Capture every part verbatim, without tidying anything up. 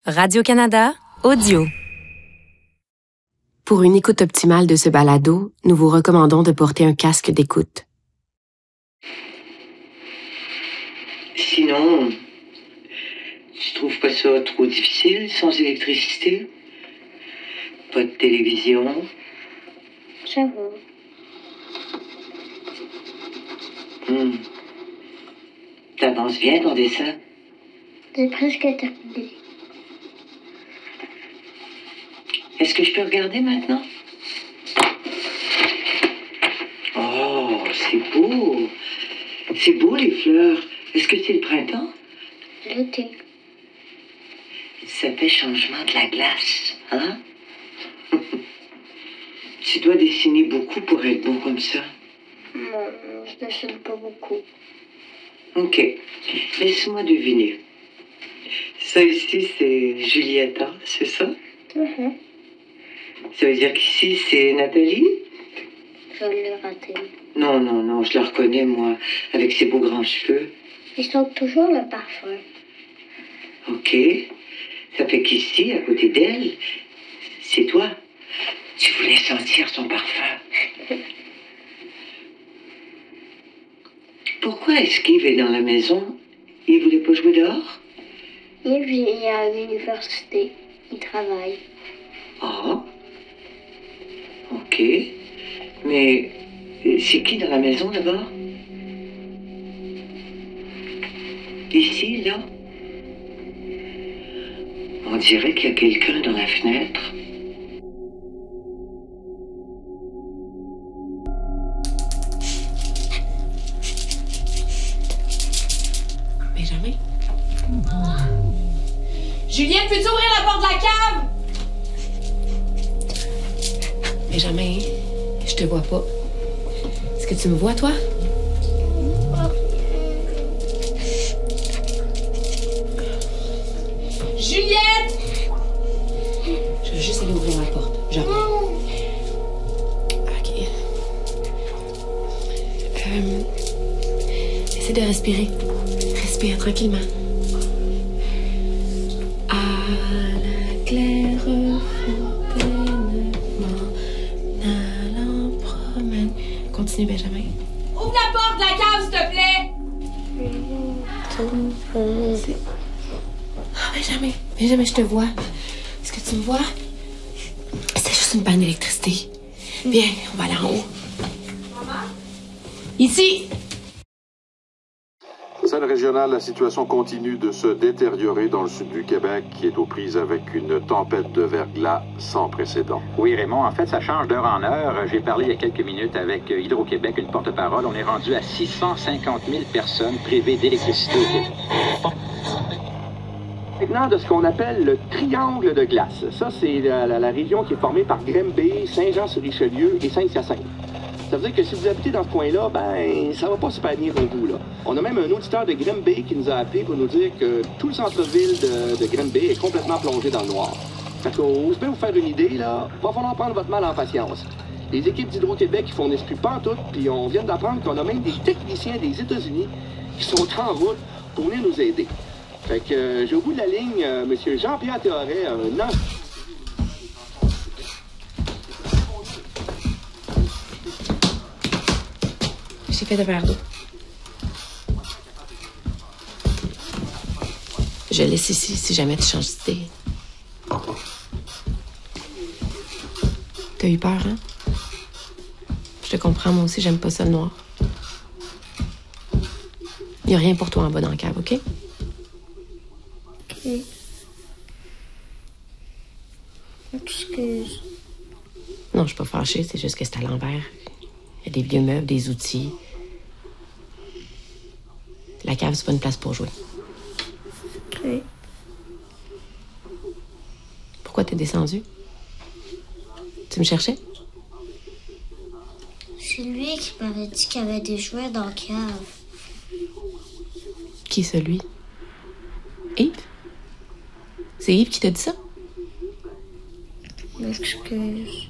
Radio-Canada, audio. Pour une écoute optimale de ce balado, nous vous recommandons de porter un casque d'écoute. Sinon, tu trouves pas ça trop difficile sans électricité? Pas de télévision? Ça va. Hmm. T'avances bien ton dessin? C'est presque terminé. Est-ce que je peux regarder maintenant? Oh, c'est beau! C'est beau les fleurs. Est-ce que c'est le printemps? L'été. Ça fait changement de la glace, hein? Tu dois dessiner beaucoup pour être beau comme ça. Non, je dessine pas beaucoup. OK. Laisse-moi deviner. Ça ici, c'est Julietta, c'est ça? Mm-hmm. Ça veut dire qu'ici, c'est Nathalie? Je l'ai raté. Non, non, non, je la reconnais, moi, avec ses beaux grands cheveux. Ils sentent toujours le parfum. OK. Ça fait qu'ici, à côté d'elle, c'est toi. Tu voulais sentir son parfum. Pourquoi est-ce qu'Yves est dans la maison? Il voulait pas jouer dehors? Yves, il est à l'université. Il travaille. Ah. OK. Mais c'est qui dans la maison, d'abord? Ici, là? On dirait qu'il y a quelqu'un dans la fenêtre. Benjamin? Juliette, peux-tu ouvrir la porte de la cave? Benjamin, je te vois pas. Est-ce que tu me vois, toi? Juliette! Je vais juste aller ouvrir la porte. Je reviens. OK. Euh, essaie de respirer. Respire tranquillement. À la claire fontaine, m'en allant promène. Continue, Benjamin. Ouvre la porte de la cave, s'il te plaît! C'est... Ah, Benjamin, Benjamin, je te vois. Est-ce que tu me vois? C'est juste une panne d'électricité. Viens, on va aller en haut. Maman? Ici! Salle régionale, la situation continue de se détériorer dans le sud du Québec, qui est aux prises avec une tempête de verglas sans précédent. Oui, Raymond, en fait, ça change d'heure en heure. J'ai parlé il y a quelques minutes avec Hydro-Québec, une porte-parole. On est rendu à six cent cinquante mille personnes privées d'électricité au Québec. Maintenant, de ce qu'on appelle le triangle de glace. Ça, c'est la, la, la région qui est formée par Grimby, Saint-Jean-sur-Richelieu et Saint-Hyacinthe. Ça veut dire que si vous habitez dans ce coin-là, ben, ça va pas super bien pour vous, là. On a même un auditeur de Grimby qui nous a appelé pour nous dire que tout le centre-ville de, de Grimby est complètement plongé dans le noir. Fait qu'ose bien vous faire une idée, là, va falloir prendre votre mal en patience. Les équipes d'Hydro-Québec qui fournissent plus pantoute, puis on vient d'apprendre qu'on a même des techniciens des États-Unis qui sont en route pour venir nous aider. Fait que euh, j'ai au bout de la ligne euh, M. Jean-Pierre Théoret, un an. J'ai fait de verre d'eau. Je laisse ici si jamais tu changes d'idée. T'as eu peur, hein? Je te comprends, moi aussi, j'aime pas ça le noir. Il y a rien pour toi en bas dans la cave, OK? OK. Excuse. Non, je suis pas fâchée, c'est juste que c'est à l'envers. Il y a des vieux meubles, des outils. La cave, c'est pas une place pour jouer. OK. Pourquoi t'es descendu? Tu me cherchais? C'est lui qui m'avait dit qu'il y avait des jouets dans la cave. Qui, celui? Yves? C'est Yves qui t'a dit ça? Excuse.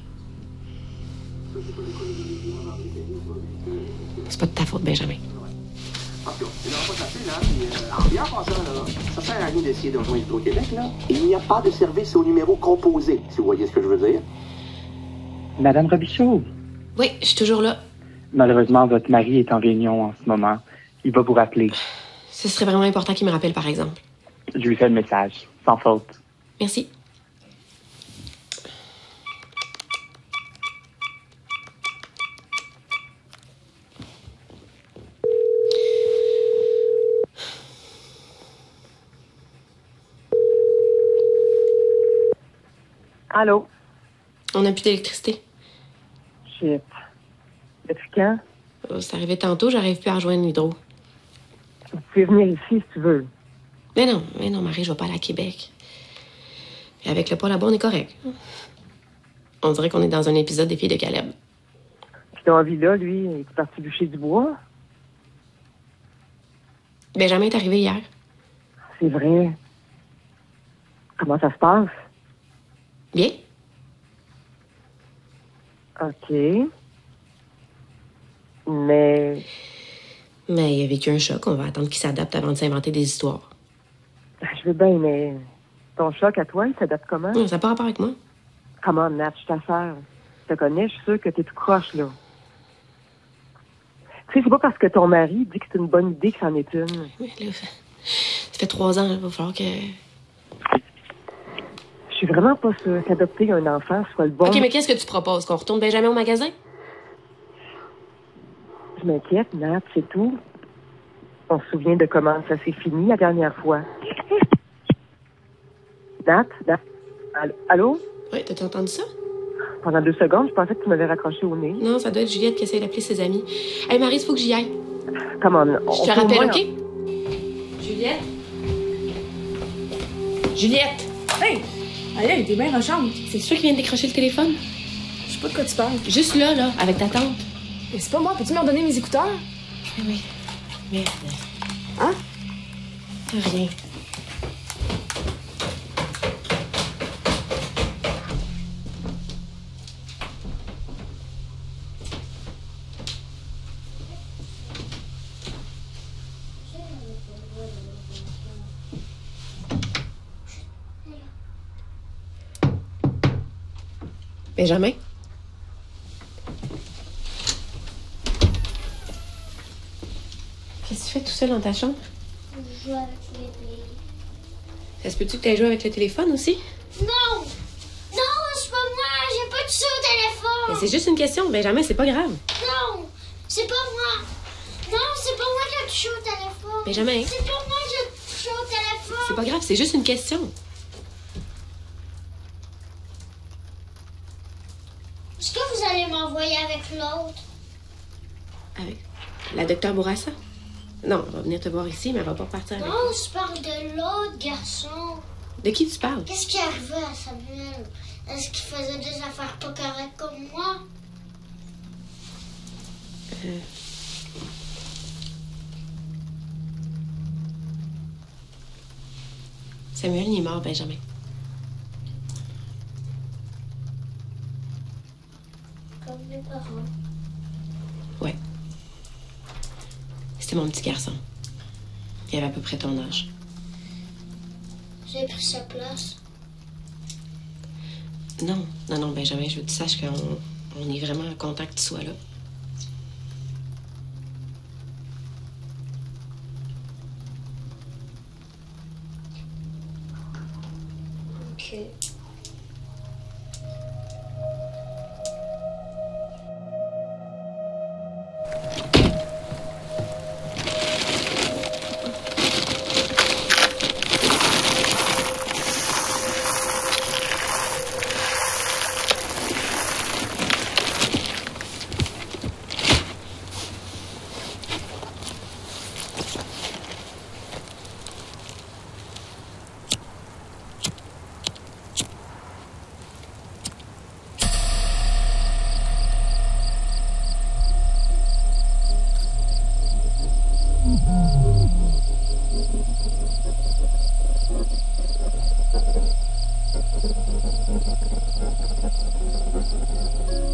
C'est pas de ta faute, Benjamin. En tout cas, il n'aura pas facile, là. Puis, euh, en bien passant, là, ça sert à rien d'essayer de rejoindre Hydro-Québec, là. Il n'y a pas de service au numéro composé, si vous voyez ce que je veux dire. Madame Robichaud. Oui, je suis toujours là. Malheureusement, votre mari est en réunion en ce moment. Il va vous rappeler. Ce serait vraiment important qu'il me rappelle, par exemple. Je lui fais le message, sans faute. Merci. Allô? On n'a plus d'électricité. Shit. Depuis quand? Euh, C'est arrivé tantôt, j'arrive plus à rejoindre l'hydro. Vous pouvez venir ici si tu veux. Mais non, mais non, Marie, je vais pas aller à Québec. Et avec le poids là-bas, on est correct. On dirait qu'on est dans un épisode des Filles de Caleb. Puis ton envie là, lui, il est parti bûcher du bois. Benjamin est arrivé hier. C'est vrai. Comment ça se passe? Bien. OK. Mais... Mais il a vécu un choc. On va attendre qu'il s'adapte avant de s'inventer des histoires. Je veux bien, mais... Ton choc à toi, il s'adapte comment? Non, ça n'a pas rapport avec moi. Comment, Nat, je suis ta sœur. Je te connais, je suis sûre que t'es tout croche, là. Tu sais, c'est pas parce que ton mari dit que c'est une bonne idée que c'en est une. Mais là, ça fait trois ans, il va falloir que... Je suis vraiment pas sûre qu'adopter un enfant soit le bon... OK, mais qu'est-ce que tu proposes? Qu'on retourne Benjamin au magasin? Je m'inquiète, Nat, c'est tout. On se souvient de comment ça s'est fini la dernière fois. Nat, Nat, allô? Allô? Oui, t'as entendu ça? Pendant deux secondes, je pensais que tu m'avais raccroché au nez. Non, ça doit être Juliette qui essaie d'appeler ses amis. Hey, Marie, il faut que j'y aille. Comment? Je te rappelle, OK? Juliette? Juliette! Hey! Elle, elle était bien rochante. C'est sûr qu'il vient de décrocher le téléphone? Je sais pas de quoi tu parles. Juste là, là, avec ta tante. Mais c'est pas moi. Peux-tu me redonner mes écouteurs? Oui, oui. Merde. Hein? Rien. Benjamin? Qu'est-ce que tu fais tout seul dans ta chambre? Je joue avec les billes. Ça se peut-tu que tu aies joué avec le téléphone aussi? Non! Non, c'est pas moi! J'ai pas touché au téléphone! Mais c'est juste une question, Benjamin, c'est pas grave. Non! C'est pas moi! Non, c'est pas moi qui ai touché au téléphone! Benjamin? C'est pas moi qui ai touché au téléphone! C'est pas grave, c'est juste une question. Est-ce que vous allez m'envoyer avec l'autre? Avec la docteure Bourassa? Non, elle va venir te voir ici, mais elle va pas repartir avec. Non, je parle de l'autre garçon. De qui tu parles? Qu'est-ce qui est arrivé à Samuel? Est-ce qu'il faisait des affaires pas correctes comme moi? Euh... Samuel, il est mort, Benjamin. Comme mes parents. Ouais. C'était mon petit garçon. Il avait à peu près ton âge. J'ai pris sa place. Non, non, non, Benjamin, je veux que tu saches qu'on on est vraiment content que tu sois là. OK.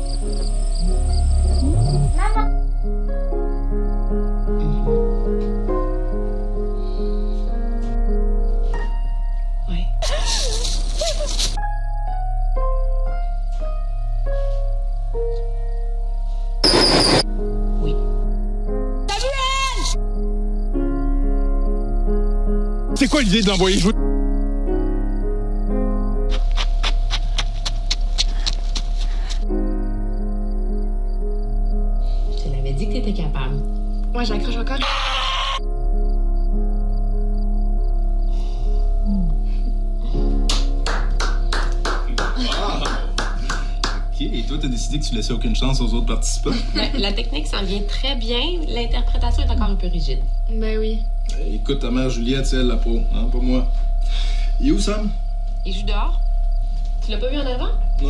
Maman! Oui. C'est quoi l'idée de l'envoyer jouer? Je te l'avais dit que t'étais capable. Ouais, j'accroche encore. Ok, et toi, t'as décidé que tu laissais aucune chance aux autres participants? Ben, la technique s'en vient très bien. L'interprétation est encore un peu rigide. Ben oui. Eh, écoute, ta mère Juliette, c'est elle la pro, hein, pas moi. Et où, Sam? Il joue dehors? Tu l'as pas vu en avant? Non.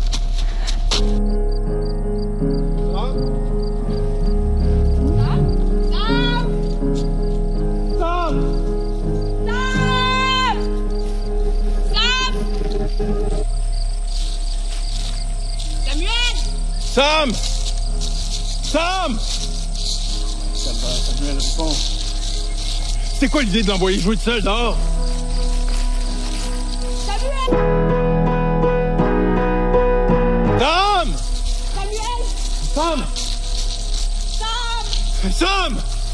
Sam! Sam! Samuel, réponds. C'est quoi l'idée de l'envoyer jouer tout seul dehors? Samuel! Sam! Samuel! Sam! Sam! Sam!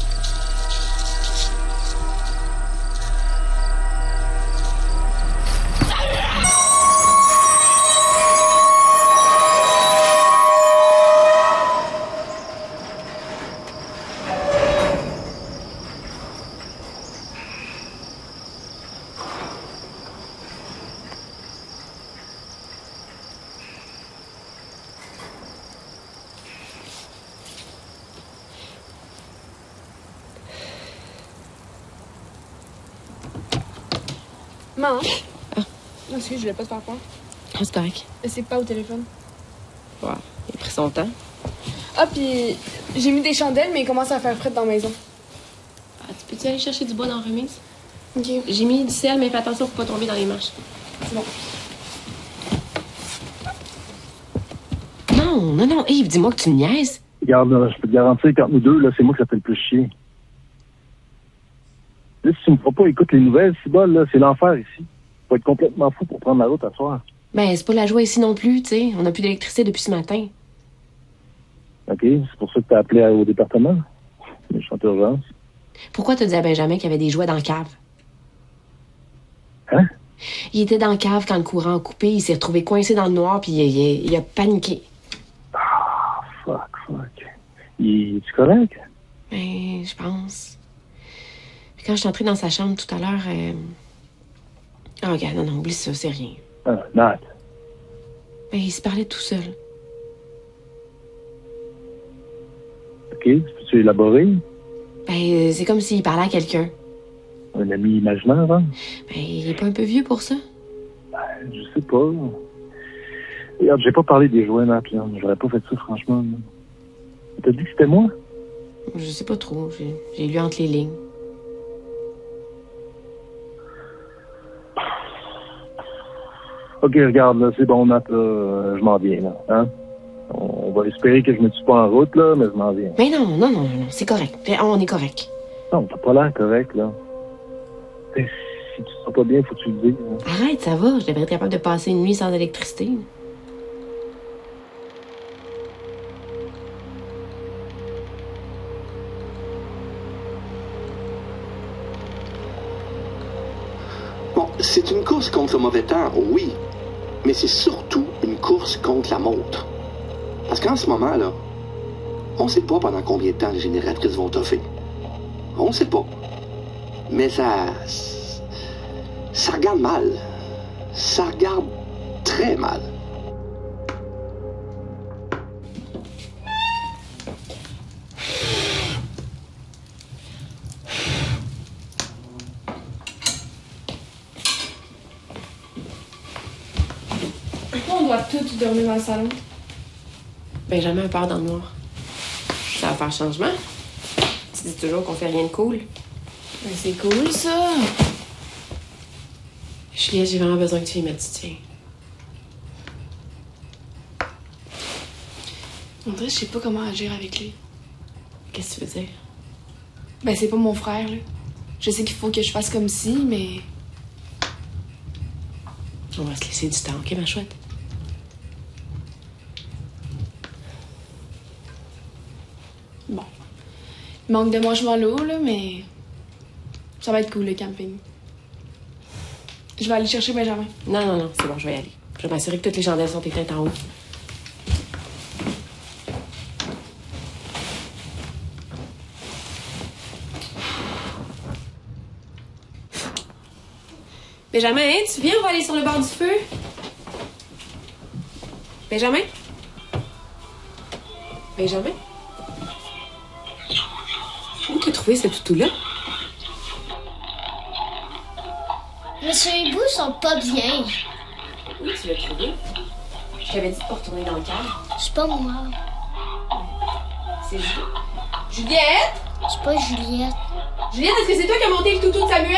Maman? Ah. Non, excuse, je voulais pas te faire peur. Ah, c'est correct. C'est pas au téléphone. Ouais, il a pris son temps. Ah, puis j'ai mis des chandelles, mais il commence à faire frais dans la maison. Ah, tu peux-tu aller chercher du bois dans la remise? Ok. J'ai mis du sel, mais fais attention pour pas tomber dans les marches. C'est bon. Non, non, non, Yves, dis-moi que tu me niaises. Regarde, là, je peux te garantir qu'entre nous deux, là, c'est moi qui ça fait le plus chier. Là, si tu me feras pas écouter les nouvelles, c'est bon, là, c'est l'enfer ici. Faut être complètement fou pour prendre la route à soir. Ben, c'est pas la joie ici non plus, tu sais. On n'a plus d'électricité depuis ce matin. OK, c'est pour ça que t'as appelé au département. Méchante urgence. Pourquoi t'as dit à Benjamin qu'il y avait des jouets dans la cave? Hein? Il était dans la cave quand le courant a coupé, il s'est retrouvé coincé dans le noir, puis il, il, il a paniqué. Ah, fuck, fuck. Il est-tu correct? Ben, je pense. Puis quand je suis entrée dans sa chambre tout à l'heure... Euh... Ah, regarde, non, non, oublie ça, c'est rien. Ah, Nat. Ben, il se parlait tout seul. OK, peux-tu élaborer? Ben, c'est comme s'il parlait à quelqu'un. Un ami imaginaire, hein? Ben, il est pas un peu vieux pour ça? Ben, je sais pas. Regarde, j'ai pas parlé des jouets, Nat, là. J'aurais pas fait ça, franchement. T'as dit que c'était moi? Je sais pas trop. J'ai, j'ai lu entre les lignes. OK, regarde, là, c'est bon, Nat, là, je m'en viens, là, hein? On va espérer que je me tue pas en route, là, mais je m'en viens. Mais non, non, non, non, non, c'est correct. On est correct. Non, t'as pas l'air correct, là. Si tu te sens pas bien, faut que tu le dises. Hein. Arrête, ça va. Je devrais être capable de passer une nuit sans électricité. Bon, c'est une course contre le mauvais temps, oui. Mais c'est surtout une course contre la montre. Parce qu'en ce moment, là, on sait pas pendant combien de temps les génératrices vont toffer. On sait pas. Mais ça... ça regarde mal. Ça regarde très mal. On doit tous dormir dans le salon. Benjamin a peur dans le noir. Ça va faire changement. Tu dis toujours qu'on fait rien de cool. Mais c'est cool, ça. Juliette, j'ai vraiment besoin que tu y mettes du tien. On dirait que je sais pas comment agir avec lui. Qu'est-ce que tu veux dire? Ben, c'est pas mon frère, là. Je sais qu'il faut que je fasse comme si, mais... On va se laisser du temps, OK, ma chouette? Bon. Il manque de marshmallows, là, mais ça va être cool, le camping. Je vais aller chercher Benjamin. Non, non, non, c'est bon, je vais y aller. Je vais m'assurer que toutes les chandelles sont éteintes en haut. Benjamin, hein, tu viens, on va aller sur le bord du feu? Benjamin? Benjamin? Où t'as trouvé ce toutou-là? Monsieur Hibou sont pas bien. Où tu l'as trouvé? Je t'avais dit de pas retourner dans le cadre. C'est pas moi. C'est Juliette. Juliette? C'est pas Juliette. Juliette, est-ce que c'est toi qui as monté le toutou de Samuel?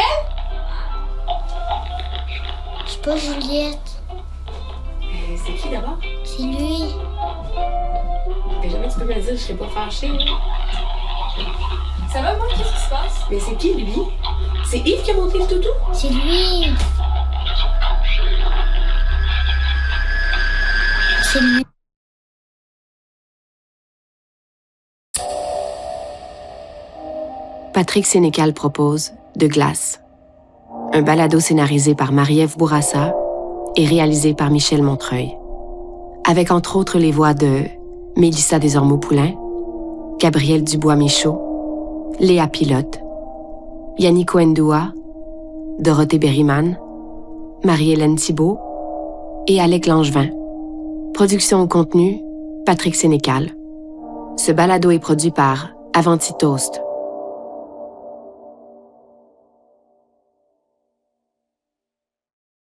C'est pas Juliette. Euh, c'est qui d'abord? C'est lui. Benjamin, tu peux me le dire, je serais pas fâchée. Hein? Ça va, moi? Qu'est-ce qui se passe? Mais c'est qui, lui? C'est Yves qui a monté le toutou? C'est lui. C'est lui. Patrick Sénécal propose De glace, un balado scénarisé par Marie-Ève Bourassa et réalisé par Michel Montreuil, avec entre autres les voix de Mélissa Desormeaux-Poulain, Gabrielle Dubois-Michaud, Léa Pilote, Yannick Ouendoua, Dorothée Berryman, Marie-Hélène Thibault et Alec Langevin. Production au contenu, Patrick Sénécal. Ce balado est produit par Avanti Toast.